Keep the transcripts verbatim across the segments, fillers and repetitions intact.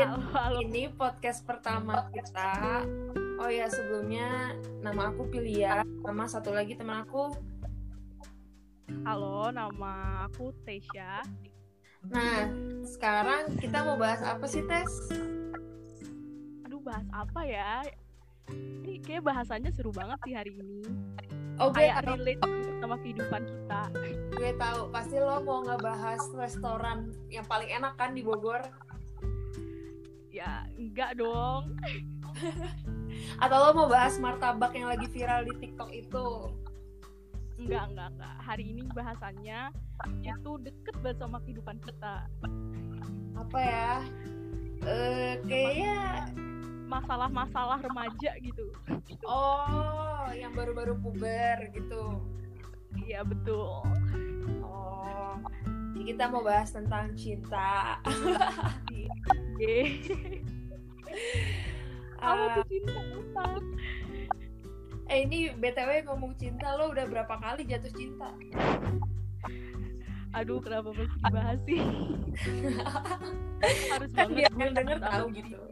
Kenalin, Halo, halo. ini podcast pertama kita. Oh ya, sebelumnya nama aku Pilia, sama satu lagi teman aku. Halo, nama aku Tesya. Nah, sekarang kita mau bahas apa sih, Tes? Aduh, bahas apa ya? Ini kayak bahasanya seru banget sih hari ini. Oh, gue Kayak tahu, relate sama kehidupan kita. gue tahu. Pasti lo mau ngebahas restoran yang paling enak kan di Bogor? Ya, enggak dong. Atau lo mau bahas martabak yang lagi viral di TikTok itu? Enggak, enggak, enggak. Hari ini bahasannya itu deket banget sama kehidupan kita. Apa ya? Eh, kayaknya Masalah-masalah remaja gitu. oh, yang baru-baru puber gitu. Iya, betul. Oh, jadi kita mau bahas tentang cinta. Apa Ah, tuh cinta apa? eh ini B T W ngomong cinta, lo udah berapa kali jatuh cinta? Aduh, kenapa mesti dibahas sih? Harus Kan banget biar gue yang denger tahu tahu diri. gitu.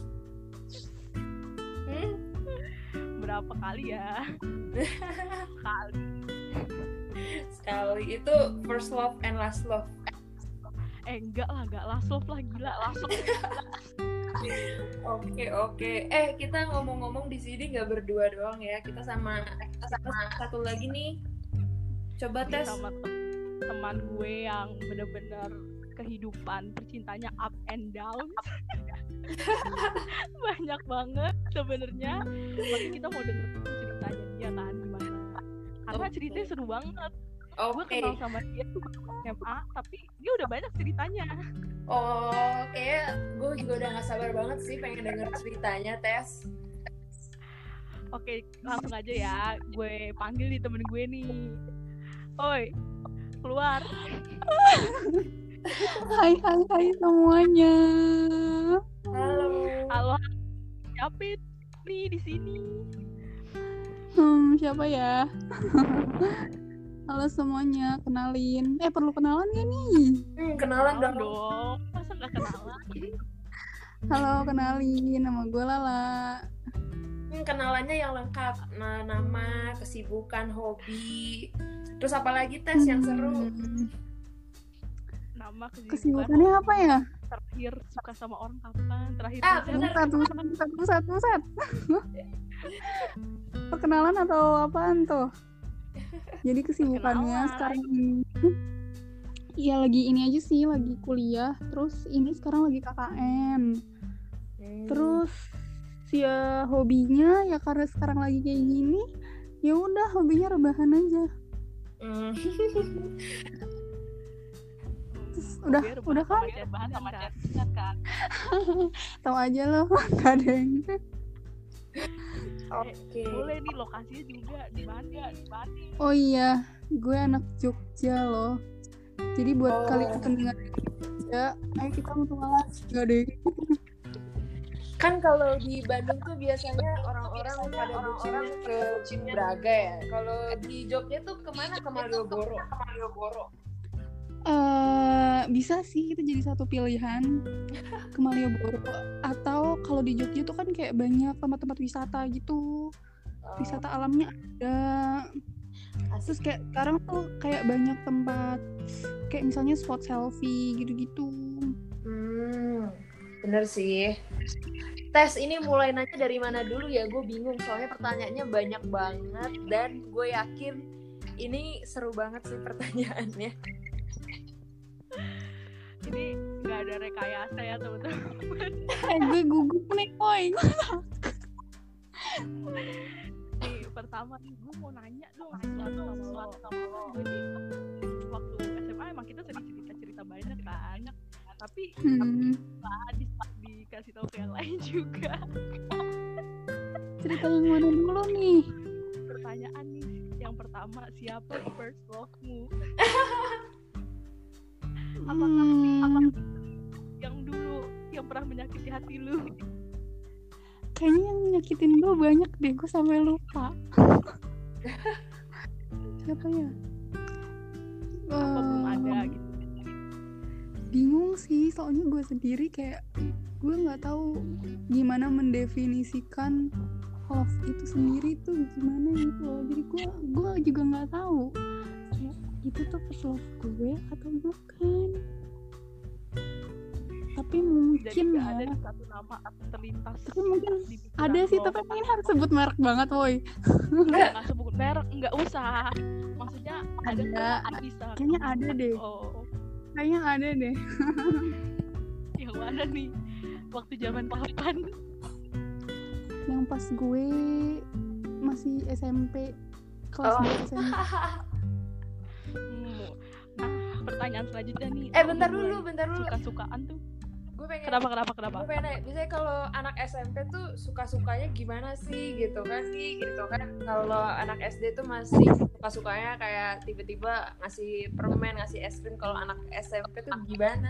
Hmm? Berapa kali ya? Kali. Sekali itu first love and last love. Eh enggak lah, enggak last love lah, gila last love. Oke oke. Eh kita ngomong-ngomong di sini nggak berdua doang ya. Kita sama kita sama satu lagi nih. Coba tes. Sama tem- teman gue yang bener-bener kehidupan percintanya up and down. Banyak banget sebenarnya. Makanya kita mau denger ceritanya dia kan gimana. Karena Oke. ceritanya seru banget. Gue Oke. kenal sama dia tuh S M A, tapi dia udah banyak ceritanya. Oh, kayak gue juga udah gak sabar banget sih pengen denger ceritanya, Tes. Oke, langsung aja ya. Gue panggil nih temen gue nih. Oi, keluar. Hai hai hai semuanya. Halo. Halo, siapa nih di sini? Hmm, siapa ya? Halo semuanya, kenalin. Eh perlu kenalan gak nih? Hmm, kenalan Kenalan dong. dong. Masa nggak kenalan? Halo, kenalin. Nama gue Lala. Hmm, kenalannya yang lengkap. Nah, nama, kesibukan, hobi. Terus apa lagi, Tes, yang seru? Hmm, Nama, kesibukan, Kesibukannya apa ya? terakhir suka sama orang kapan? Terakhir Ah, pacaran bener. Satu, satu, satu, satu, satu. Perkenalan atau apaan tuh? Jadi kesibukannya Perkenalan. sekarang ini, ya lagi ini aja sih, lagi kuliah. Terus ini sekarang lagi K K N. Hmm. Terus ya hobinya ya karena sekarang lagi kayak gini, ya udah hobinya rebahan aja. Hmm. Terus udah Biar udah kan? Bahan sama chat kan. Tahu aja loh, gak ada yang Oke. Boleh nih lokasinya juga di mana? Di mana? Oh iya, gue anak Jogja loh. Jadi buat Oh. kalian pendengar Jogja, ayo kita mutu malas. Gak deh. Kan kalau di Bandung tuh biasanya orang-orang pada bucinnya ke Braga ya. Kalau di Jogja tuh kemana? Ke Malioboro. Ke Malioboro. Eh, bisa sih itu jadi satu pilihan ke Malioboro. Atau kalau di Jogja tuh kan kayak banyak tempat-tempat wisata gitu. Wisata alamnya ada. Terus kayak sekarang tuh kayak banyak tempat kayak misalnya spot selfie gitu-gitu. Hmm, bener sih. Tes, ini mulai nanya dari mana dulu ya? Gue bingung soalnya pertanyaannya banyak banget dan gue yakin ini seru banget sih pertanyaannya. Ini nggak ada rekayasa ya teman-teman. Eh gue gugup nih boy. Nih pertama nih gue mau nanya dong sesuatu sama lo. Sama lo. Jadi waktu S M A emang kita sering cerita-cerita banyak kan. Tapi Hmm, lah di, dikasih tahu ke yang lain juga. cerita yang mana dulu nih? Pertanyaan nih, yang pertama, siapa first love-mu? Apakah Hmm, apakah yang dulu yang pernah menyakiti hati lu? kayaknya yang nyakitin gue banyak deh, gue sampai lupa. Siapa ya? Apa belum ada Eh, gitu? bingung sih, soalnya gue sendiri kayak gue nggak tahu gimana mendefinisikan love itu sendiri tuh gimana gitu loh. Jadi gue gue juga nggak tahu kayak itu tuh first love gue atau bukan. Tapi Jadi mungkin nggak ada ya, di satu nama terlintas tapi mungkin di pikiran ada sih, lo. tapi ini harus sebut merek banget woi. Nggak nggak sebut merek, nggak usah. Maksudnya ada Ada, kan bisa. kayaknya ada deh, Oh, kayaknya ada deh. yang mana nih? Waktu zaman kapan? Yang pas gue masih S M P, kelas Oh. dua S M P. Hmm. Nah, pertanyaan selanjutnya nih. Eh lo bentar mulai dulu, bentar dulu. Suka-sukaan tuh. Gue pengen Kenapa kenapa kenapa? gue pengen nanya, biasanya kalau anak S M P tuh suka-sukanya gimana sih gitu kan sih gitu kan. Kalau anak S D tuh masih suka-sukanya kayak tiba-tiba ngasih permen, ngasih es krim. Kalau anak S M P tuh gimana?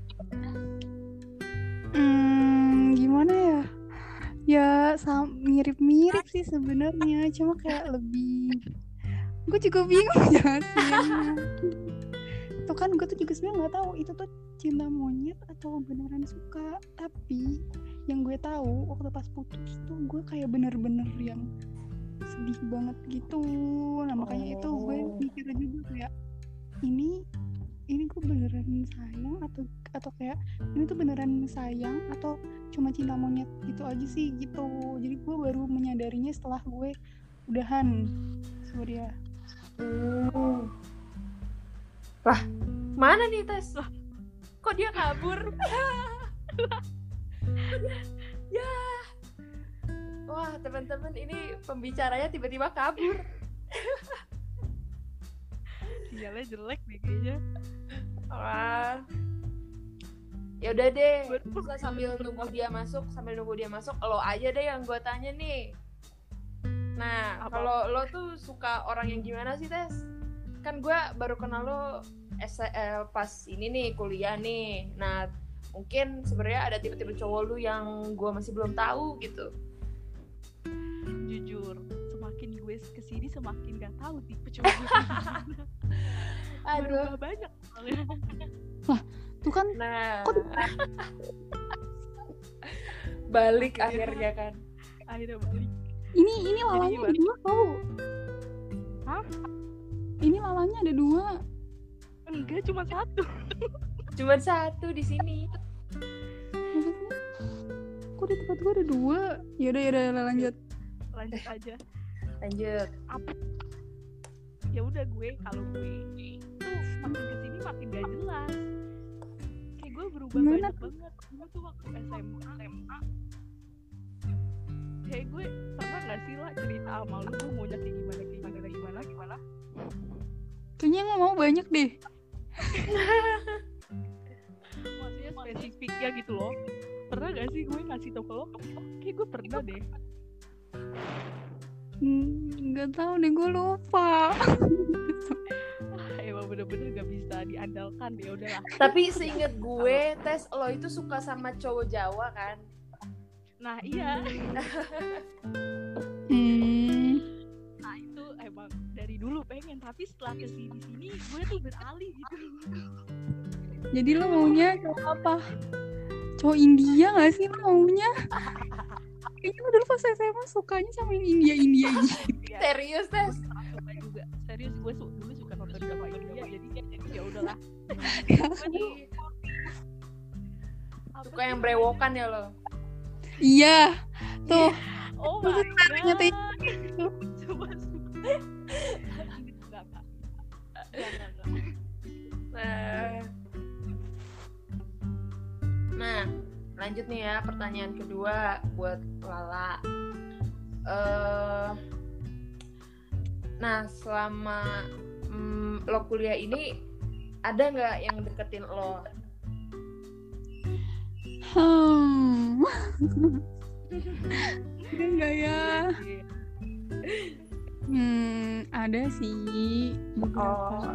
Hmm, gimana ya? Ya sam- mirip-mirip sih sebenarnya, cuma kayak lebih. Gue juga bingung ya sih. Tuh kan gue tuh juga sebenarnya nggak tahu itu tuh cinta monyet atau beneran suka. Tapi yang gue tahu waktu pas putus tuh gue kayak bener-bener yang sedih banget gitu. Nah makanya itu gue Oh. mikir juga kayak ini ini gue beneran sayang atau atau kayak ini tuh beneran sayang atau cuma cinta monyet gitu aja sih gitu. Jadi gue baru menyadarinya setelah gue udahan sama dia. Hmm. Lah, mana nih Tes? Lah, kok dia kabur? Ya. Wah, teman-teman ini pembicaranya tiba-tiba kabur. Sinyalnya jelek nih kayaknya. Wah. Ya udah deh, Ber- kita sambil nunggu dia masuk, sambil nunggu dia masuk, lo aja deh yang gue tanya nih. Nah, Apa? kalau lo tuh suka orang yang gimana sih, Tes? Kan gue baru kenal lo S- eh, pas ini nih kuliah nih. Nah, mungkin sebenarnya ada tipe-tipe cowok lu yang gue masih belum tahu gitu. Jujur, semakin gue kesini semakin gak tahu tipe cowok gue gimana. Aduh. Berubah banyak soalnya. Tuh kan Nah, kok balik Akhirnya- akhirnya kan. Akhirnya balik. ini ini lalanya gimana? ada dua tau. Hah? Ini lalanya ada dua. Enggak, cuma satu. Cuman satu di sini. Maksudnya kok di tempat gue ada dua? Yaudah yaudah lanjut. Lanjut aja. Lanjut. Apa? Ya udah gue, kalau gue tuh makin kesini makin gak jelas. Kayak gue berubah Gimana banyak banget. Gue tuh waktu S M A, kayak gue pernah gak sih lah cerita sama lu gue maunya kayak gimana kayak gimana gimana gimana. Kayaknya nggak mau banyak deh. Maksudnya spesifiknya gitu loh. Pernah gak sih gue ngasih tau ke lo? Kayak gue pernah deh. Hmm, nggak tahu deh, gue lupa. Ah, emang bener-bener gak bisa diandalkan deh, udahlah. Tapi seinget gue, Tes, lo itu suka sama cowok Jawa kan? Nah iya, Hmm, nah itu emang dari dulu pengen, tapi setelah kesini sini gue tuh beralih gitu. jadi lo maunya cowok apa? Cowok India nggak sih lo maunya? Kayaknya lo dulu pas S M A sukanya sama yang India India gitu. Ya, Serius, Tes? suka juga. Serius gue su- dulu suka nonton drama India, jadi jadi ya udahlah. Apa Suka sih yang namanya? brewokan ya lo? Iya, tuh. Oh Terus my caranya tuh god. Coba suka. Enggak, enggak. Enggak, enggak, enggak. Nah, nah, lanjut nih ya pertanyaan kedua buat Lala. Eh, nah, selama mm, lo kuliah ini ada nggak yang deketin lo? Hmm. Ada nggak ya? Hmm, ada sih beberapa. Oh.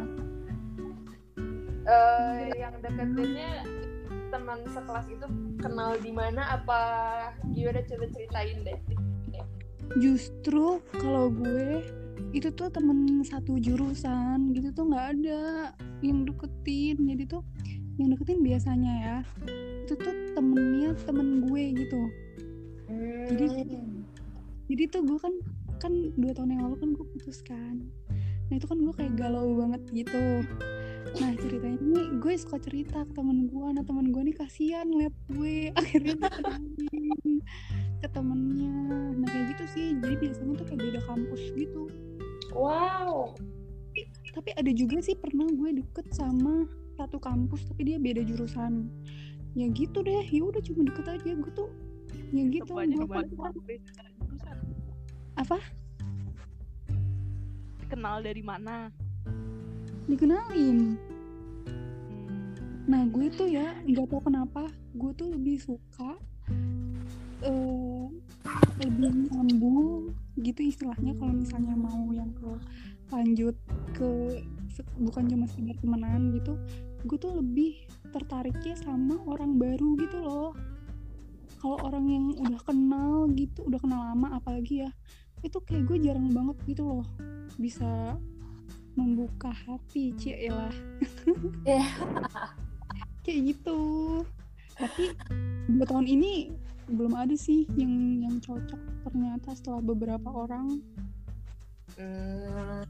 Eh, yang deketinnya teman sekelas itu kenal di mana apa gimana, coba ceritain deh. Justru kalau gue itu tuh temen satu jurusan gitu tuh nggak ada yang deketin. Jadi tuh yang deketin biasanya ya itu tuh temennya temen gue gitu. Hmm. Jadi jadi tuh gue kan kan dua tahun yang lalu kan gue putus kan. Nah itu kan gue kayak galau banget gitu. Nah ceritanya nih gue suka cerita ke temen gue. Nah temen gue nih kasihan ngeliat gue. Akhirnya dia kenalin ke temennya. Nah kayak gitu sih. Jadi biasanya tuh kayak beda kampus gitu. Wow. Tapi ada juga sih pernah gue deket sama satu kampus tapi dia beda jurusan. Ya gitu deh. Ya udah cuma deket aja. Gue tuh ya gitu. Coba aja Gue dibanding kan beda jurusan. apa? Kenal dari mana? Dikenalin. Hmm. Nah gue tuh ya nggak tahu kenapa gue tuh lebih suka uh, lebih nyambung gitu istilahnya kalau misalnya mau yang ke lanjut ke bukan cuma sekedar temenan gitu, gue tuh lebih tertariknya sama orang baru gitu loh. Kalau orang yang udah kenal gitu, udah kenal lama apalagi ya, itu kayak gue jarang banget gitu loh bisa membuka hati, cielah. Yeah. Kayak gitu. Tapi dua tahun ini belum ada sih yang yang cocok ternyata setelah beberapa orang. Hmm.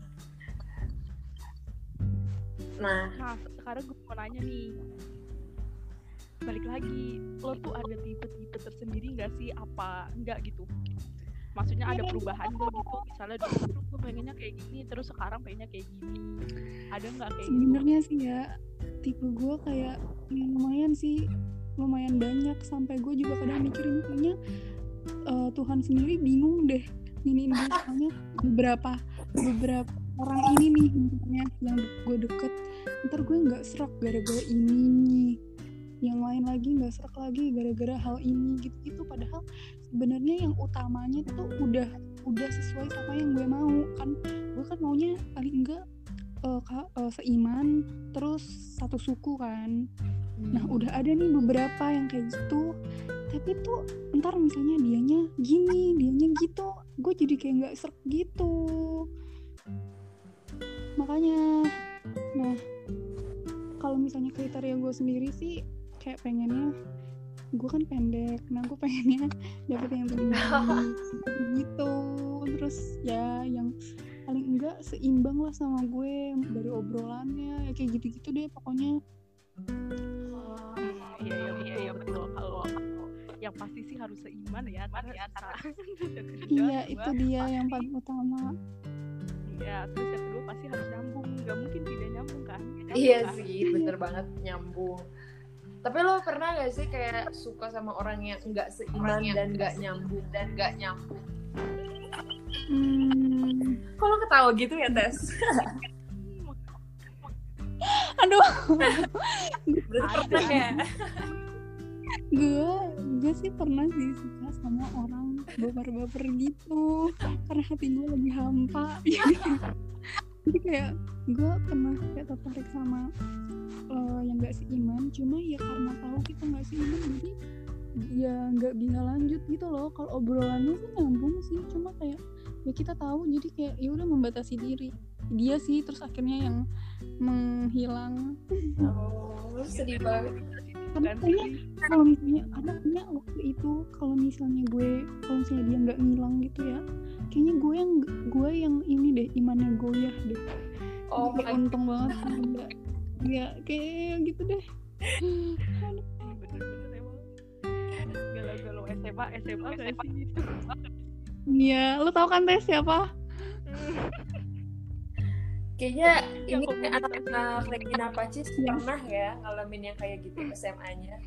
Nah, Nah, sekarang gue mau nanya nih. Balik lagi, lo tuh ada tipe-tipe tersendiri gak sih? Apa enggak gitu? Maksudnya ada perubahan gak gitu? Misalnya dulu gue pengennya kayak gini, terus sekarang pengennya kayak gini. Ada gak kayak Sebenarnya gitu? sih ya, tipe gue kayak ya lumayan sih, lumayan banyak. Sampai gue juga kadang mikirin kayaknya uh, Tuhan sendiri bingung deh ini ini soalnya beberapa beberapa orang ini nih misalnya yang gue deket, ntar gue nggak serak gara-gara ini, yang lain lagi nggak serak lagi gara-gara hal ini gitu-gitu. Padahal sebenarnya yang utamanya tuh udah udah sesuai sama yang gue mau kan. Gue kan maunya paling enggak uh, uh, seiman terus satu suku kan. Nah udah ada nih beberapa yang kayak gitu, tapi tuh ntar misalnya dianya gini, dianya gitu, gue jadi kayak nggak serak gitu. Makanya, nah kalau misalnya kriteria gue sendiri sih kayak pengennya, gue kan pendek, nah gue pengennya dapet yang tinggi gitu. Terus ya yang paling enggak seimbang lah sama gue dari obrolannya, ya kayak gitu-gitu deh pokoknya. Hmm, iya iya iya iya betul. Kalau yang pasti sih harus seiman ya, karena ya Iya itu dia yang paling utama. Iya, terus yang kedua pasti harus nyambung. Gak mungkin tidak nyambung kan? Nyambung, iya kan? sih, bener banget nyambung. Tapi lo pernah gak sih kayak suka sama orang yang nggak seiman dan nggak nyambung dan nggak nyambung? Hmm. Kalau ketawa gitu ya Tes? Aduh. Berarti pernah ya? gue gue sih pernah sih suka sama orang baper-baper gitu karena hati gue lagi hampa. Jadi kayak gue pernah kayak tertarik sama uh, yang nggak seiman, cuma ya karena tahu kita nggak seiman jadi ya nggak bisa lanjut gitu loh. Kalau obrolannya sih nyambung sih, cuma kayak ya kita tahu jadi kayak ya udah membatasi diri dia sih, terus akhirnya yang menghilang. Oh, sedih banget. Karena kayaknya kalau misalnya ada kayaknya waktu itu kalau misalnya gue kalau misalnya dia nggak ngilang gitu ya, kayaknya gue yang gue yang ini deh imannya goyah deh. Oh, kayak untung banget enggak ya kayak gitu deh. Bener-bener emang galau-galau S M A S M A gak sih itu? Iya, lu tau kan Tes siapa? Kayaknya Ya, ini kok gue anak-anak Regina Pacis Ya. pernah ya ngalamin yang kayak gitu S M A-nya.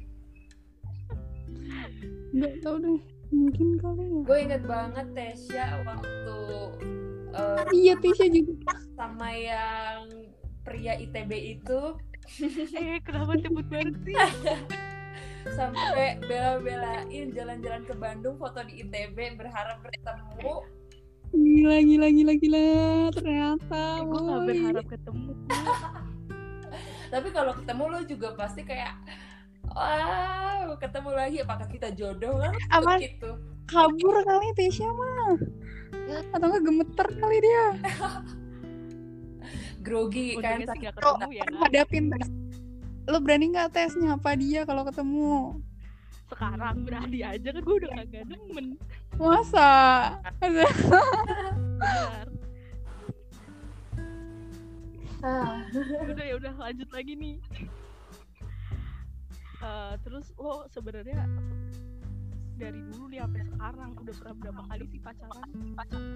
Nggak tau deh, mungkin kali ya. Gue inget banget Tesya waktu uh, Iya Tisha juga. sama yang pria I T B itu Eh kenapa cepet banget sih? sampai bela-belain jalan-jalan ke Bandung foto di I T B berharap bertemu. Gila gila gila gila ternyata. Gue gak boy. berharap ketemu. Tapi kalau ketemu lo juga pasti kayak wow, ketemu lagi apakah kita jodoh kan? Apa? Gitu. Kabur kali Tisha mah. Atau nggak gemeter kali dia. Grogi kan? Untungnya sih gak ketemu ya kan? Hadapin Tes. Lu berani nggak Tes nyapa dia kalau ketemu? sekarang berani aja kan gue udah kagak demen. Masa? Benar. Ah. Udah ya udah lanjut lagi nih. Uh, terus lo sebenarnya dari dulu nih sampai sekarang udah pernah berapa kali sih pacaran? Pacaran.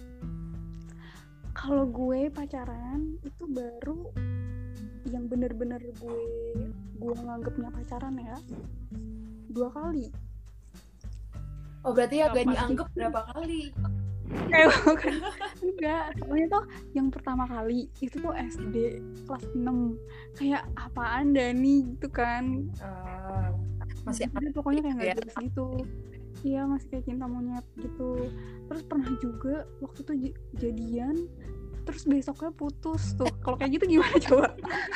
Kalau gue pacaran itu baru yang bener-bener gue gue nganggepnya pacaran ya dua kali. Oh berarti ya gak Apa? dianggap berapa kali? Eh bukan. Enggak, soalnya tuh yang pertama kali itu tuh S D kelas enam. Kayak apaan dah nih gitu kan. Ah, masih Jadi pokoknya kayak ya. gak jelas gitu. Iya masih kayak cinta monyet gitu. Terus pernah juga waktu itu j- jadian terus besoknya putus tuh. Kalau kayak gitu gimana coba?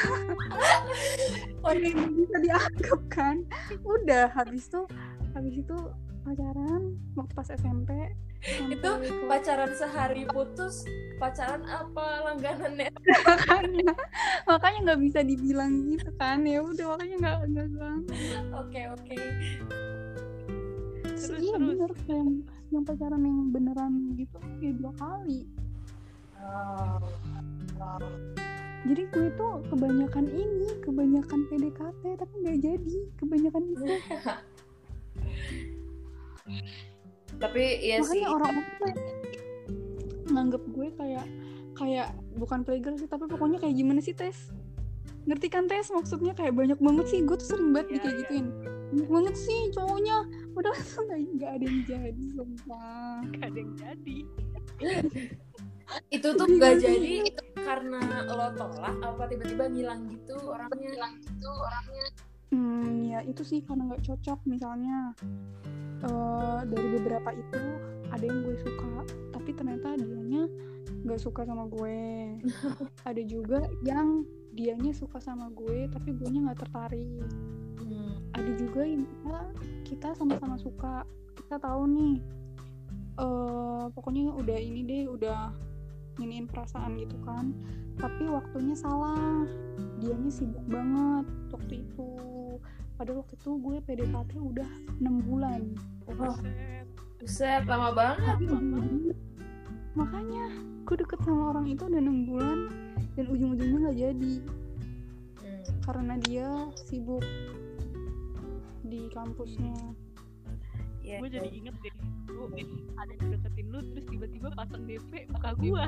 Oh, Kayak nggak bisa dianggap kan. Udah habis tuh habis itu pacaran waktu pas S M P sampai itu ke- pacaran sehari putus, pacaran apa langganan net? makanya makanya nggak bisa dibilang gitu kan, ya udah makanya nggak nggak bilang. Oke oke. Terus, Iya terus. bener kayak yang, yang pacaran yang beneran gitu ya dua kali. Oh. Oh. Jadi gue tuh kebanyakan ini kebanyakan P D K T tapi nggak jadi, kebanyakan itu. Tapi iya sih. Makanya orang-orang tuh nganggep gue kayak kayak bukan playgirl sih, tapi pokoknya kayak gimana sih Tes? Ngerti kan Tes? Maksudnya kayak banyak banget sih, gue tuh sering banget Iya, kayak iya. gituin. Banyak banget sih cowoknya, udah tuh nggak nggak ada yang jadi sumpah. Gak ada yang jadi. Itu tuh gak jadi itu karena lo tolak apa tiba-tiba ngilang gitu orangnya? Ngilang gitu orangnya. Hmm, ya itu sih karena nggak cocok. Misalnya uh, dari beberapa itu ada yang gue suka, tapi ternyata dianya nggak suka sama gue. Ada juga yang dianya suka sama gue, tapi guenya nggak tertarik. Hmm. Ada juga yang kita, kita sama-sama suka, kita tahu nih, uh, pokoknya udah ini deh, udah nginiin perasaan gitu kan, tapi waktunya salah, dianya sibuk banget waktu itu. Padahal waktu itu gue P D K T udah enam bulan. Oh, Buset. buset lama banget. Tapi ujung-ujungnya, makanya gue deket sama orang itu udah enam bulan dan ujung-ujungnya nggak jadi Hmm. karena dia sibuk di kampusnya. Iya, Gue jadi iya. inget deh, lu ada yang deketin lu terus tiba-tiba pasang D P muka gua.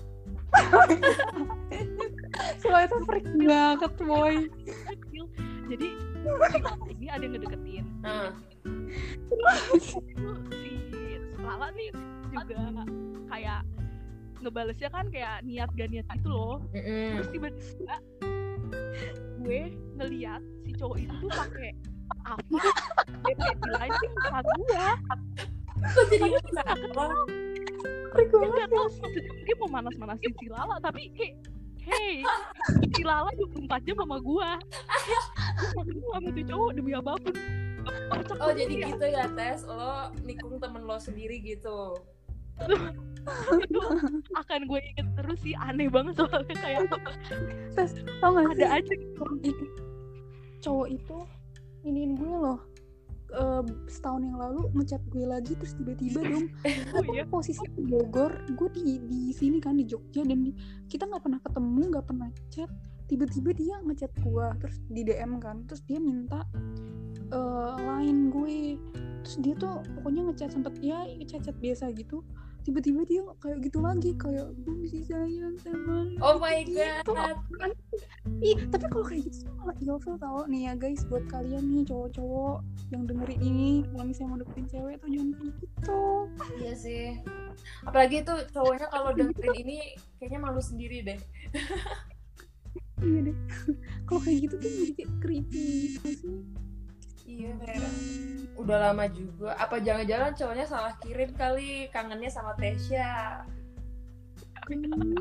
Soalnya itu freak banget boy. Jadi ini ada yang ngedeketin. Ah. Terus si Lala nih juga kayak ngebalesnya kan kayak niat gak niat gitu loh. Mm-mm. Terus tiba-tiba gue ngeliat si cowok itu tuh pakai apa D P di lain sih muka gua. Kok jadi kenapa? Freak Gue banget. gak tau maksudnya dia mau manas-manasin si Lala, tapi kayak hey, si Lala dua puluh empat jam sama gua. Gue mau sama tuh cowok demi apapun. Kocak Oh banget jadi ya. gitu ya Tes, lo nikung temen lo sendiri gitu. Itu akan gue inget terus sih, aneh banget soalnya kayak Terus tau gak ada sih aja cowok itu, cowok itu iniin gue loh, eh, setahun yang lalu ngechat gue lagi, terus tiba-tiba dong oh iya posisi di Bogor, gue di di sini kan di Jogja, dan di, kita nggak pernah ketemu, nggak pernah chat, tiba-tiba dia ngechat gue, terus di D M kan, terus dia minta uh, line gue, terus dia tuh pokoknya ngechat sempet ya chat-chat biasa gitu, tiba-tiba dia kayak gitu lagi, kayak gue masih sayang sama lu. Oh my Gitu. god. Ih, tapi kalau kayak gitu malah ilfil tau nih ya guys, buat kalian nih cowok-cowok yang dengerin ini, kalau misalnya mau deketin cewek tuh jangan kayak gitu. Iya sih. Apalagi tuh cowoknya kalau dengerin ini kayaknya malu sendiri deh. Iya deh. Kalau kayak gitu tuh jadi kayak creepy gitu sih. Iya kayak udah lama juga. Apa jangan-jangan cowoknya salah kirim kali, kangennya sama Tesya. Hmm.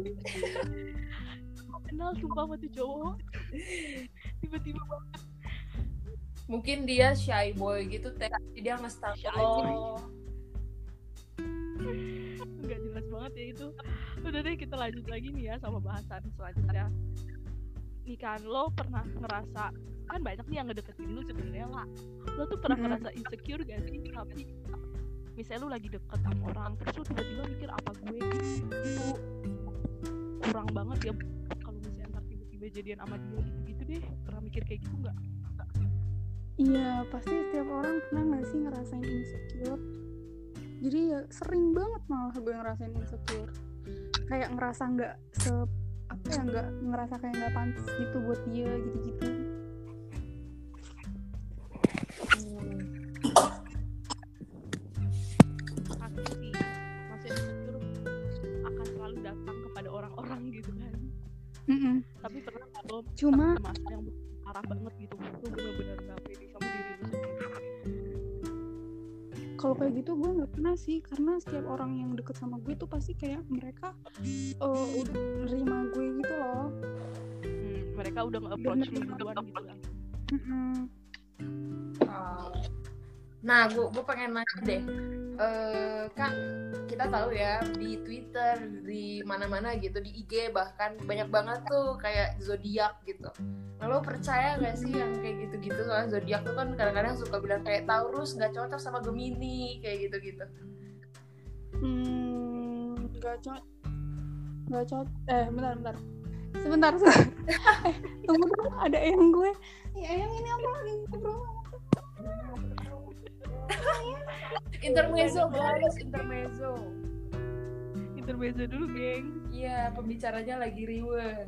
kenal sumpah sama tuh cowok. Tiba-tiba banget. Mungkin dia shy boy gitu, Teh. Jadi dia nge-stalk Shy lo. boy. Nggak jelas banget ya itu. Udah deh kita lanjut lagi nih ya sama bahasan selanjutnya. nih kan lo pernah ngerasa kan banyak nih yang ngedeketin lu sebenarnya lah, lo tuh pernah Mm-mm. ngerasa insecure gak sih tapi misalnya lu lagi deket sama orang terus lu tiba-tiba mikir apa gue itu kurang banget ya kalau misalnya ntar tiba-tiba jadian sama dia gitu-gitu deh, pernah mikir kayak gitu nggak? Iya, pasti setiap orang pernah nggak sih ngerasain insecure. Jadi ya sering banget malah gue ngerasain insecure. Kayak ngerasa nggak se apa ya nggak ngerasa kayak nggak pantas gitu buat dia gitu-gitu. Hmm. Pasti sih masih insecure akan selalu datang kepada orang-orang gitu kan. Mm-mm. Tapi pernah nggak lo Cuma sama masa yang parah banget gitu, lo bener-bener gak pede sama diri lo sendiri? kalau kayak gitu gue nggak pernah sih, karena setiap orang yang deket sama gue tuh pasti kayak mereka uh, udah nerima gue gitu loh. Hmm, mereka udah nge-approach lu duluan gitu kan. Mm-mm. Oh. Nah, gue gue pengen nanya deh, eh kan kita tahu ya di Twitter, di mana-mana gitu, di I G bahkan banyak banget tuh kayak zodiak gitu. Nah, lo percaya gak sih yang kayak gitu-gitu? Soalnya zodiak tuh kan kadang-kadang suka bilang kayak Taurus nggak cocok sama Gemini kayak gitu-gitu. Hmm, nggak cocok, nggak cocok. Eh, bentar, bentar. Sebentar, sebentar. eh, tunggu dulu, ada eyang gue. Ya, eyang ini apa lagi ngobrol? Intermezzo guys, intermezzo. Intermezzo dulu geng. Iya, pembicaranya lagi riweh.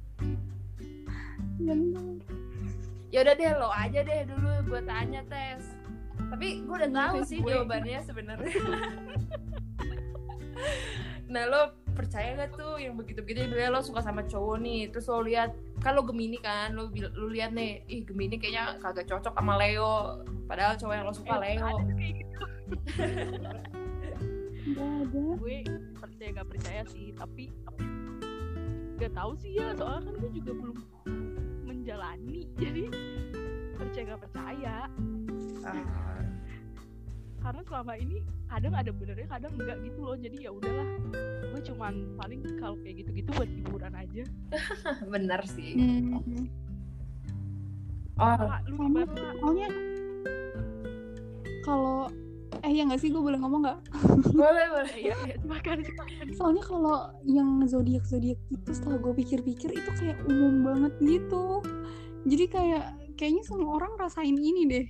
Bentar. Ya udah deh, lo aja deh dulu gue tanya Tes. Tapi gue udah tahu sih gue. jawabannya sebenarnya. Nah, lo percaya gak tuh yang begitu-begitu? Misalnya lo suka sama cowok nih, terus lo lihat kan lo Gemini kan, lo bil- lo lihat nih, ih Gemini kayaknya kagak cocok sama Leo, padahal cowok yang lo suka Leo. Ada kayak gitu. Nggak ada. Gue percaya gak percaya sih, tapi gak tahu sih ya, soalnya kan gue juga belum menjalani, jadi percaya gak percaya. Ah, Karena selama ini kadang ada benernya, kadang enggak gitu loh, jadi ya udahlah, gue cuman paling kalau kayak gitu-gitu buat hiburan aja. bener sih. Hmm. Oh, Kak, lu Sama, gimana Kak? soalnya kalau eh ya nggak sih, gue boleh ngomong nggak? boleh boleh. Ya, ya, silakan, silakan. Soalnya kalau yang zodiak zodiak itu setelah gue pikir-pikir itu kayak umum banget gitu. Jadi kayak kayaknya semua orang rasain ini deh.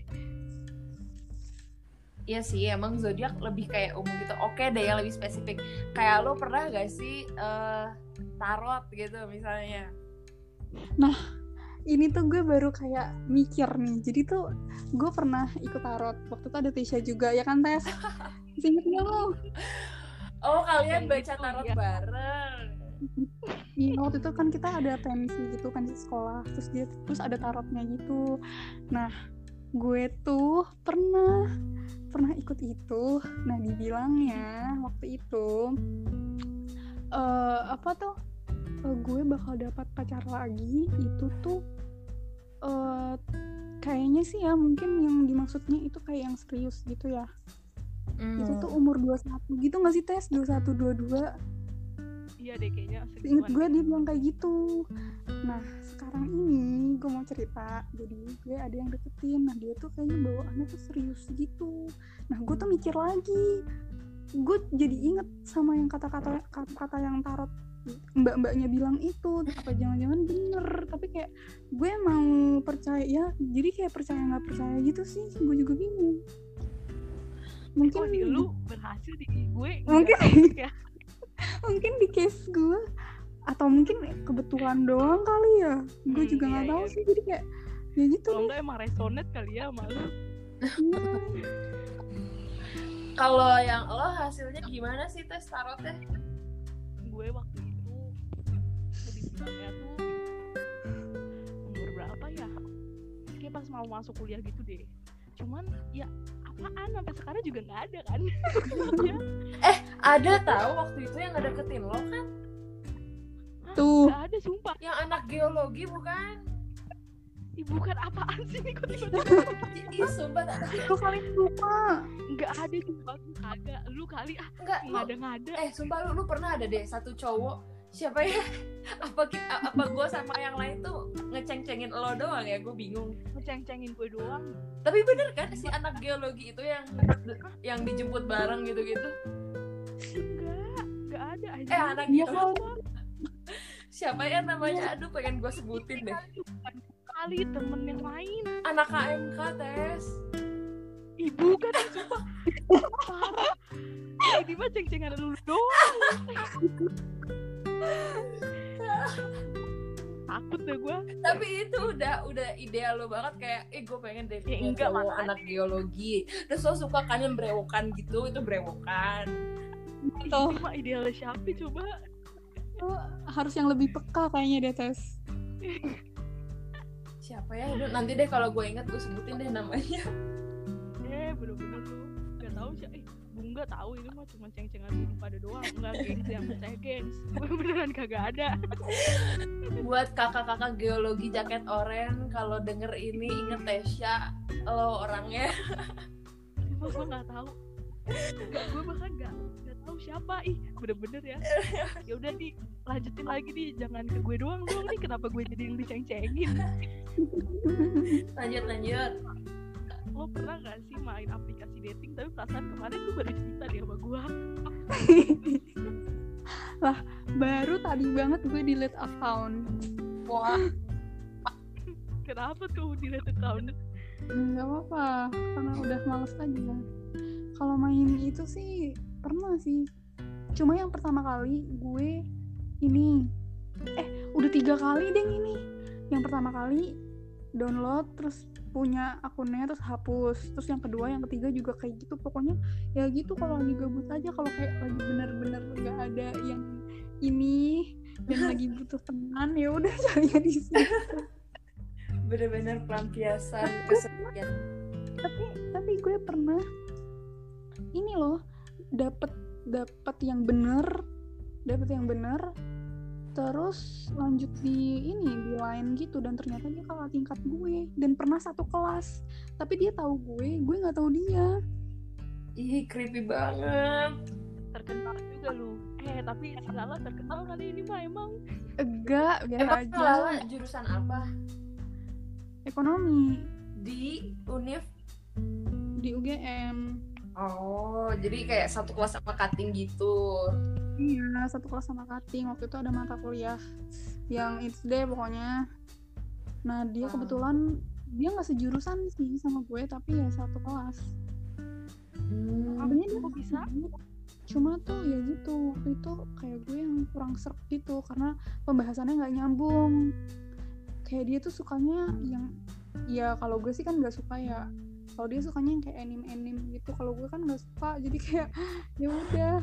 Iya sih, emang zodiak lebih kayak umum gitu. Oke deh, yang lebih spesifik. Kayak lo pernah gak sih eh, tarot gitu misalnya? Ini tuh gue baru kayak mikir nih. Jadi tuh gue pernah ikut tarot. Waktu itu ada Tisha juga, ya kan Tes? Ingat nggak lo? Oh, kalian Yang baca itu, tarot iya. bareng. Iya, waktu itu kan kita ada pensi gitu kan di sekolah. Terus dia terus ada tarotnya gitu. Nah, gue tuh pernah pernah ikut itu. Nah, dibilangnya waktu itu eh apa tuh? eh, gue bakal dapat pacar lagi itu tuh eh kayaknya sih ya, mungkin yang dimaksudnya itu kayak yang serius gitu ya. Hmm. Itu tuh umur dua puluh satu gitu nggak sih Tes? dua puluh satu dua puluh dua. Iya deh kayaknya Ingat segituan. gue dia bilang kayak gitu. Nah sekarang ini gue mau cerita. Jadi gue ada yang deketin. Nah dia tuh kayaknya bawaannya tuh serius gitu. Nah gue tuh mikir lagi. Gue jadi inget sama yang kata-kata kata yang tarot mbak-mbaknya bilang itu. Apa jangan-jangan bener. Tapi kayak gue mau percaya ya. Jadi kayak percaya nggak percaya gitu sih. Gue juga bingung. Mungkin Kok di lu berhasil, di gue Mungkin. enggak ya. mungkin di case gue, atau mungkin kebetulan doang kali ya, gue Hmm, juga nggak iya, tahu iya. sih. Jadi kayak ya gitu Kalau deh. enggak emang resonate kali ya sama lu. Kalau yang lo hasilnya gimana sih tes tarotnya? Gue waktu itu dibilangnya tuh umur berapa ya, kayak pas mau masuk kuliah gitu deh. Cuman ya apaan, sampai sekarang juga nggak ada kan. Ya. Ada tahu waktu itu yang ngedeketin lo kan? Hah, Tuh. nggak ada sumpah. Yang anak geologi bukan? Ih, bukan apaan sih nih, kok tiba-tiba Ih, sumpah tak ada. Lu kali lupa. nggak ada sumpah, gue kagak. Lu kali ah Enggak, lu, nggak ada nggak ada. eh sumpah lu, lu pernah ada deh satu cowok Siapa ya? Apa kita, apa gue sama yang lain tuh ngeceng-cengin lo doang ya? Gue bingung. Ngeceng-cengin gue doang. Tapi bener kan si anak geologi itu yang yang dijemput bareng gitu-gitu? Enggak, enggak ada aja. Eh anak Iya geologi. kan? Siapa ya namanya? Aduh pengen gue sebutin deh. Kali temen yang lain. Anak K M K tes. Ibu kan sumpah. Parah. Ini mah ceng-cengan lu doang. Takut deh gue. Tapi itu udah udah ideal lo banget kayak eh gue pengen deh Ya, punya enggak, cowok mana anak geologi. Terus lo suka kan yang brewokan gitu, itu brewokan. Tuh, Ini mah idealnya siapa coba? tuh harus yang lebih peka kayaknya deh tes. Siapa ya? Aduh, nanti deh kalau gue inget gue sebutin deh namanya. Eh bener-bener lu gak tahu sih. Eh Bunga tahu ini mah cuma ceng-cengan dulu pada doang. Enggak gengs yang percaya gengs. Gue beneran kagak ada. Buat kakak-kakak geologi jaket oranye kalau denger ini inget Tesya, lo orangnya. Cuma gue nggak tahu. Gue bahkan nggak nggak tahu siapa. Ih bener-bener ya. Ya udah nih lanjutin lagi nih. Jangan ke gue doang dong nih. Kenapa gue jadi yang diceng-cengin? Lanjut lanjut. Lo pernah gak sih main aplikasi dating? Tapi perasaan kemarin tuh baru cerita deh sama gue. Lah, baru tadi banget gue delete account. Wah, Kenapa tuh delete account? Nggak apa-apa, karena udah males aja. Kalau main itu sih pernah sih. Cuma yang pertama kali gue ini, eh udah tiga kali deh ini. Yang pertama kali download terus punya akunnya terus hapus, terus yang kedua yang ketiga juga kayak gitu. Pokoknya ya gitu kalau lagi gabut aja, kalau kayak lagi bener-bener nggak ada yang ini dan lagi butuh teman ya udah carinya di situ. bener-bener pelampiasan kesepian. tapi tapi gue pernah ini loh dapet dapet yang bener dapet yang bener terus lanjut di ini di line gitu, dan ternyata dia kakak tingkat gue dan pernah satu kelas, tapi dia tahu gue gue nggak tahu dia. Ih, creepy banget. Terkenal juga lu. Eh tapi si Lala terkenal kali ini mah emang. Enggak, biar Emang aja. Lala jurusan apa? Ekonomi Di Univ? di U G M. Oh, jadi kayak satu kelas sama cutting gitu. Iya, satu kelas sama Kating. Waktu itu ada mata kuliah yang it's day pokoknya. Nah, dia kebetulan dia nggak sejurusan sih sama gue, tapi ya satu kelas. Hmm. Sebenarnya dia Kok bisa? Cuma tuh ya gitu, waktu itu kayak gue yang kurang serp gitu karena pembahasannya nggak nyambung. Kayak dia tuh sukanya yang ya kalau gue sih kan nggak suka ya. Kalau dia sukanya yang kayak anime-anime gitu, kalau gue kan nggak suka, jadi kayak ya udah.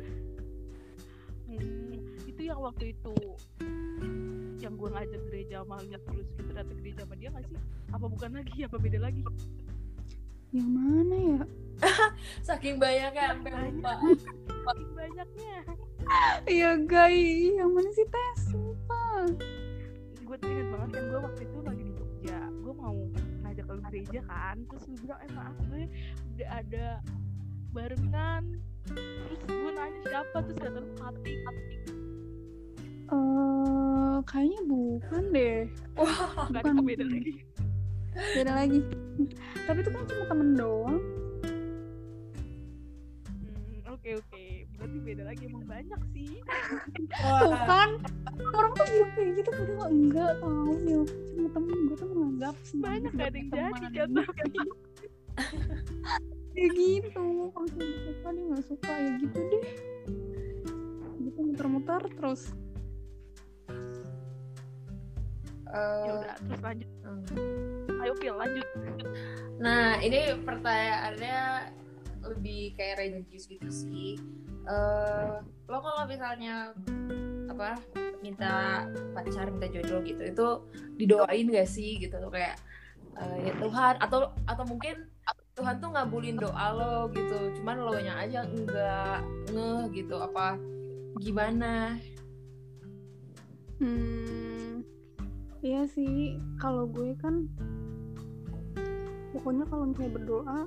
Hmm, itu yang waktu itu yang gue ngajak gereja sama lihat terus gitu, ternyata gereja sama dia nggak sih? Apa bukan lagi? Apa beda lagi? Yang mana ya? Saking banyaknya sampai lupa. Saking banyaknya. Iya guys, yang mana sih tes? Lupa. Gue tuh inget banget kan gue waktu itu lagi di Jogja. Gue mau ngajak ke gereja kan, terus lu bilang eh maaf gue udah ada barengan. Terus gue nanya siapa, terus kata lu Kating. Eh, kayaknya bukan deh. Wah, Gak Bukan. ada beda lagi. Beda lagi. Tapi itu kan cuma temen doang. Hmm, oke oke. Berarti beda lagi, emang banyak sih. Tuh kan, orang tuh bilang kayak gitu padahal enggak tahu ya. Cuma temen gue tuh menganggap Banyak gak ada yang jadi teman. jatuhnya. Ya gitu, kalau dia suka dia nggak suka ya gitu deh. Gitu muter-muter terus. eh, Ya udah, terus lanjut. hmm. Ayo Pil, lanjut. Nah, ini pertanyaannya lebih kayak religius gitu sih. Eh, lo kalau misalnya apa minta pacar, minta jodoh gitu, itu didoain gak sih gitu tuh kayak eh, ya Tuhan, atau atau mungkin Tuhan tuh ngabulin doa lo gitu, cuman lo nya aja enggak ngeh gitu, apa gimana? Hmm, iya sih. Kalau gue kan, pokoknya kalau misalnya berdoa,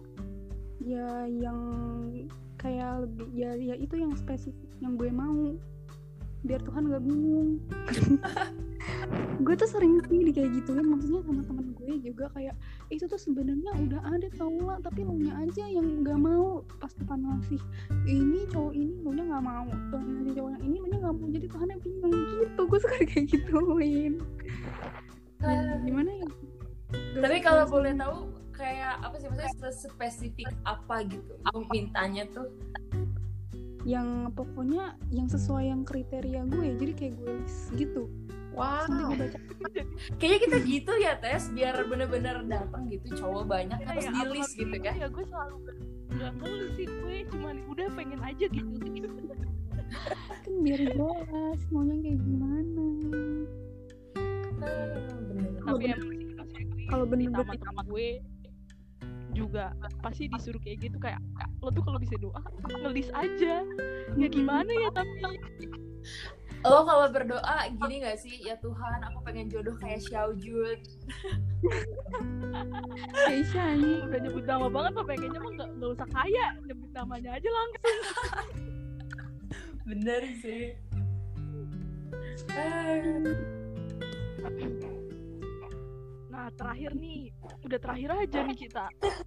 ya yang kayak lebih ya ya itu yang spesifik yang gue mau. biar Tuhan nggak bingung. Gue tuh sering sih di kayak gituin, maksudnya sama temen gue juga kayak itu tuh sebenarnya udah ada tau lah, tapi lo nya aja yang nggak mau. Pas Tuhan ngasih ini cowok ini lo nya nggak mau, Tuhan ngasih cowok yang ini lo nya nggak mau, jadi Tuhan yang bingung gitu. Gue suka kayak gituin. Ya, gimana ya? Tapi kalau boleh tahu kayak apa sih, maksudnya spesifik apa gitu aku mintanya tuh? Yang pokoknya yang sesuai yang kriteria gue, jadi kayak gue list gitu. Wow. Nanti gue baca. Kayaknya kita gitu ya Tes, biar bener-bener datang gitu cowok banyak Ya, harus ya, di apa list gitu gitu kan? ya, gue selalu nggak ngelis sih, gue cuman udah pengen aja gitu. Kan biar jelas maunya kayak gimana. Tapi emang sih kalau bener sama teman gue juga pasti disuruh kayak gitu, kayak lo tuh kalau bisa doa ngelis aja ya gimana ya. Tapi Lo kalau berdoa gini gak sih, ya Tuhan aku pengen jodoh kayak Xiao Jun. Aisyah nih udah nyebut nama banget, apa pengennya mah nggak nggak usah kaya, nyebut namanya aja langsung. Bener sih. Nah terakhir nih, udah terakhir aja nih kita.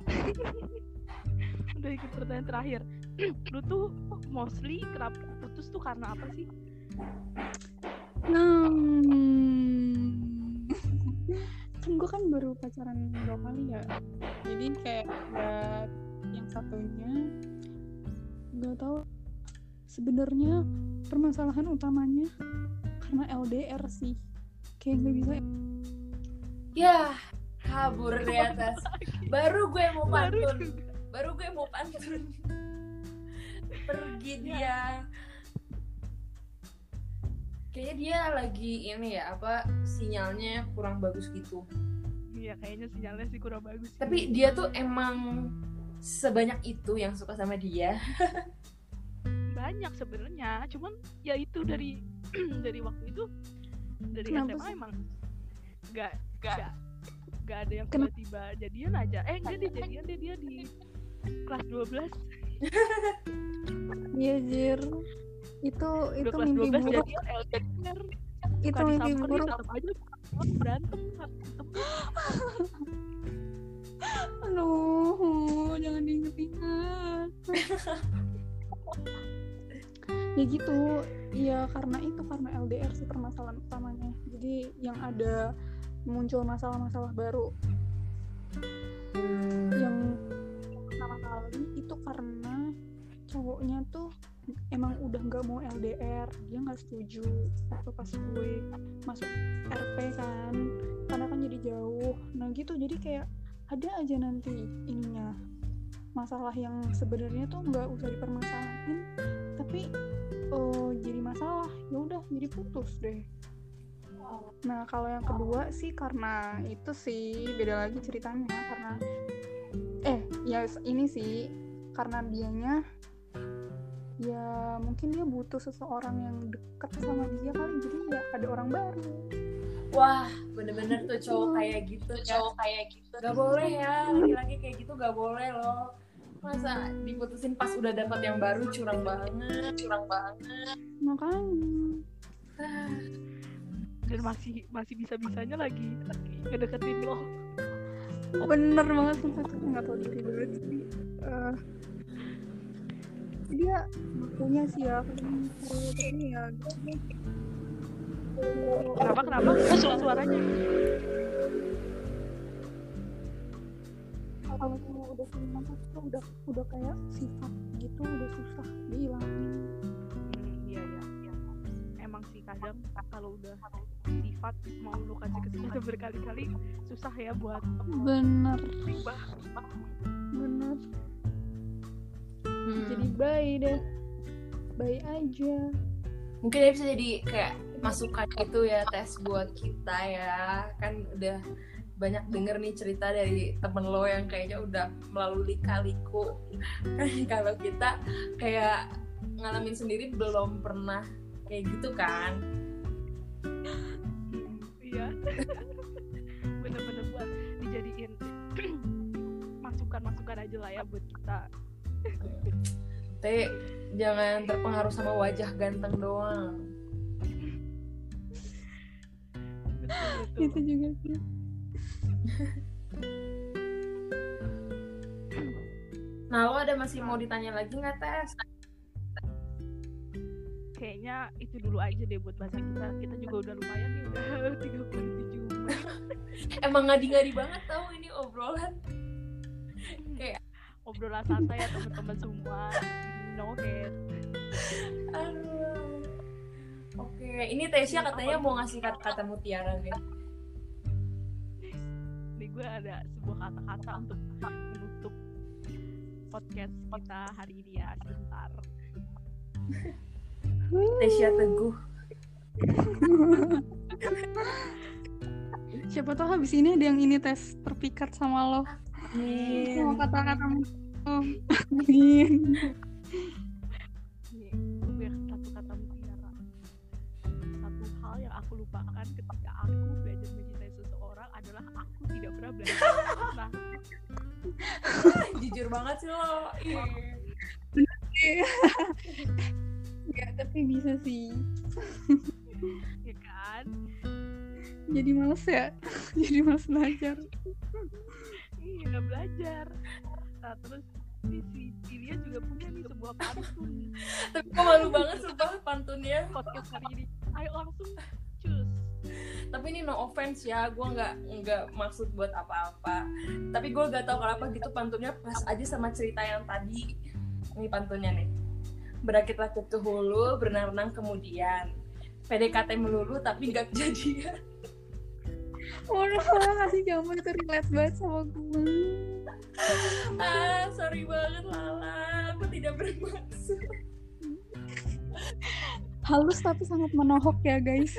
Udah ikut pertanyaan terakhir. Lu tuh mostly kenapa putus tuh karena apa sih? Hmm. Kan gue kan baru pacaran dua kali ya, jadi kayak ya, yang satunya nggak tahu sebenarnya permasalahan utamanya karena L D R sih, kayak nggak bisa. Ya kabur di atas. Baru gue mau Baru pantun. juga. Baru gue mau pantun. Pergi dia. Kayaknya dia lagi ini ya, apa sinyalnya kurang bagus gitu. Iya kayaknya sinyalnya sih kurang bagus. Tapi dia tuh emang sebanyak itu yang suka sama dia. Banyak sebenarnya, cuman ya itu dari dari waktu itu, dari Kenapa S M A sih? emang nggak nggak nggak ada yang Kenapa? tiba-tiba jadian aja. Eh enggak, dia jadian deh dia di kelas dua belas. Iya Jir, itu Udah itu kelas mimpi dua belas buruk, jadian L D R. itu Suka mimpi disamperin buruk. tetap aja berantem satu ketemu. Aduh, jangan diinget-inget. Ya gitu, ya karena itu, karena L D R sih permasalahan utamanya. Jadi yang ada muncul masalah-masalah baru. Yang pertama kali itu karena cowoknya tuh emang udah nggak mau L D R, dia nggak setuju waktu pas gue masuk R P kan, karena kan jadi jauh. Nah gitu, jadi kayak ada aja nanti ininya masalah yang sebenarnya tuh nggak usah dipermasalahin, tapi uh, jadi masalah, ya udah jadi putus deh. Nah kalau yang kedua sih karena itu sih beda lagi ceritanya, karena eh ya ini sih karena dianya ya mungkin dia butuh seseorang yang deket sama dia kali, jadi ya ada orang baru. Wah, bener-bener tuh cowok kayak gitu, cowok kayak gitu. Gak boleh ya, laki-laki kayak gitu gak boleh loh. Masa diputusin pas udah dapat yang baru, curang banget, curang banget. Makanya Dan masih masih bisa-bisanya lagi ngedeketin lo. bener banget, sumpah tuh nggak tahu diri banget sih. Uh, dia punya sih ya, tapi ya Kenapa kenapa? Oh, suara suaranya. kalau misalnya udah punya tuh udah udah kayak sifat gitu, udah susah dihilangin. Hmm, iya iya iya. Emang sih kadang kalau udah sifat mau lu kasih kesempatan berkali-kali susah ya buat Bener, berubah. bener. Hmm. Jadi bye deh, bye aja. Mungkin dia bisa jadi kayak masukan gitu ya, Tes, buat kita ya. Kan udah banyak denger nih cerita dari temen lo yang kayaknya udah melalui lika-liku. Kalau kita kayak ngalamin sendiri belum pernah kayak gitu kan. Hmm, iya. Bener-bener buat dijadiin masukan-masukan aja lah ya buat kita. Tapi jangan terpengaruh sama wajah ganteng doang. Itu juga sih. Nah, lo ada masih mau ditanya lagi nggak, Tes? Kayaknya itu dulu aja deh buat bahasa kita. Kita juga udah lumayan nih, udah tiga puluh tujuh menit. Emang ngadi-ngadi banget tau ini obrolan. Kayak Obrolan santai ya teman-teman semua. No hate. aduh. Oke, ini Tesya katanya mau ngasih kata-kata mutiara nih. Nih gue ada sebuah kata-kata untuk menutup podcast kita hari ini ya, sebentar. Tesya Teguh. Siapa tahu habis ini ada yang ini tes terpikat sama lo. Amin. Sama kata-kata oh. Amin. Nih, gue satu kata mutiara. Satu hal yang aku lupakan ketika aku belajar mencintai seseorang adalah aku tidak pernah belajar. Nah, Jujur banget sih lo. Iya. Ya tapi bisa sih. ya kan? Jadi males ya. Jadi males belajar. Iya, nggak belajar. Nah, terus nih, si Ilya juga punya nih sebuah pantun Tapi kok malu banget sumpah pantunnya. podcast hari ini. Ayo langsung cus. Tapi ini no offense ya, gue nggak nggak maksud buat apa-apa. Tapi gue nggak tahu kenapa gitu pantunnya pas aja sama cerita yang tadi. Ini pantunnya nih. Berakit-rakit ke hulu, berenang-renang kemudian. P D K T melulu tapi nggak kejadian. Waduh, si Jamal itu relate banget sama gue. Ah, sorry banget Lala, aku tidak bermaksud. Halus tapi sangat menohok ya guys.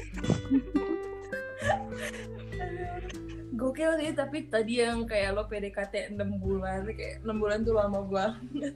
Gokil sih, tapi tadi yang kayak lo P D K T enam bulan, kayak enam bulan tuh lama banget.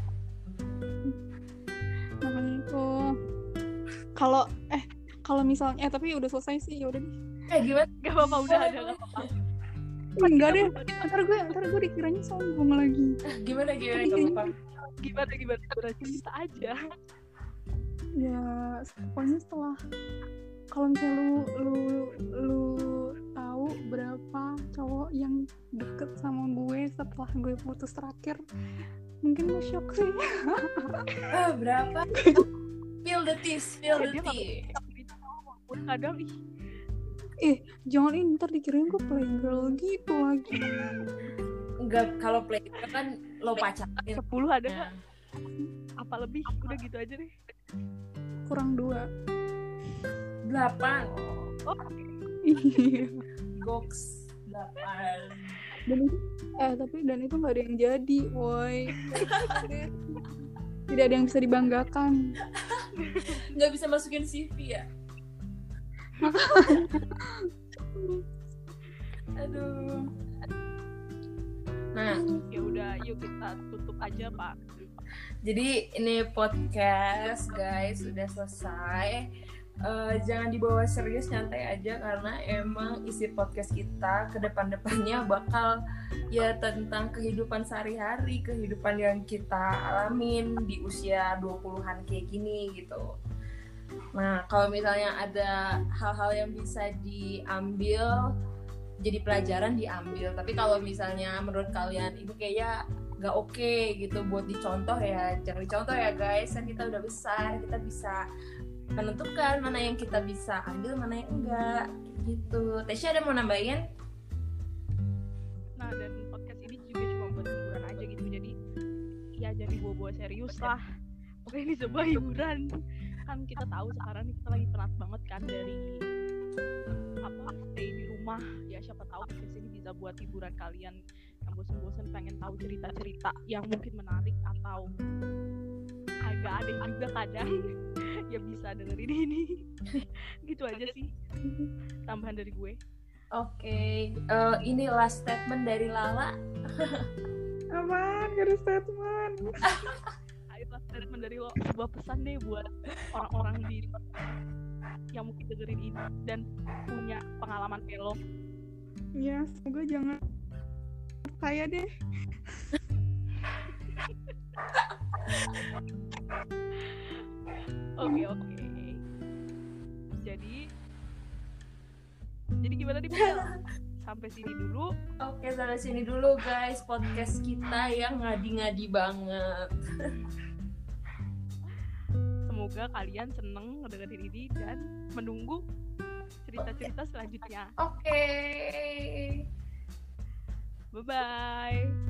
Makanya itu kalau eh kalau misalnya eh tapi udah selesai sih, ya udah deh. Eh gimana? Gak apa-apa, udah ada, gak apa-apa. Enggak deh, ntar gue ntar gue dikiranya sombong lagi. Gimana gimana Tapi gak apa-apa. Gimana, gimana, berarti cerita aja. Ya pokoknya setelah kalau misalnya lu lu lu tahu berapa cowok yang deket sama gue setelah gue putus terakhir, mungkin lu shock sih. Ah, berapa? Feel the tea, feel the Ya, dia tea. nggak cerita sama gue kadang ih. Eh jangan ini ntar dikirain gue playgirl gitu lagi. Enggak, kalau play kan lo pacarin. sepuluh ada Nah, nggak? Apa lebih? Udah gitu aja deh. Kurang dua. delapan. Oh, Iya. Goks delapan. Dan itu eh tapi dan itu nggak ada yang jadi, woi. Tidak ada yang bisa dibanggakan. Nggak bisa masukin C V ya? Aduh. Nah, ya udah, yuk kita tutup aja, Pak. jadi ini podcast guys udah selesai. Uh, jangan dibawa serius, nyantai aja karena emang isi podcast kita ke depan-depannya bakal ya tentang kehidupan sehari-hari, kehidupan yang kita alamin di usia dua puluhan kayak gini gitu. Nah, kalau misalnya ada hal-hal yang bisa diambil jadi pelajaran, diambil. Tapi kalau misalnya menurut kalian ini kayaknya gak oke okay, gitu buat dicontoh, ya jangan dicontoh ya guys. Kan kita udah besar, kita bisa menentukan mana yang kita bisa ambil, mana yang enggak gitu. Tesya ada mau nambahin? Nah, dan podcast ini juga cuma buat hiburan aja gitu. Jadi ya jadi bawa-bawa serius lah. Oke, ini sebuah hiburan. Kan kita tahu sekarang nih kita lagi penat banget kan dari apa stay di rumah. Ya siapa tahu podcast ini bisa buat hiburan kalian yang bosen-bosen pengen tahu cerita-cerita yang mungkin menarik atau agak aneh juga kadang. Ya bisa dengerin ini. Gitu aja sih tambahan dari gue. Oke, okay. uh, ini last statement dari Lala. Aman, gak ada statement. Ayo last statement dari lo, sebuah pesan deh buat orang-orang di yang mungkin dengerin ini dan punya pengalaman kayak lo. Ya semoga jangan saya deh. Oke oke. Jadi jadi Jadi gimana nih Bel? Sampai sini dulu. Oke, sampai sini dulu guys podcast kita yang ngadi-ngadi banget. Semoga kalian seneng ngedengerin ini dan menunggu cerita-cerita selanjutnya. Oke. Bye-bye.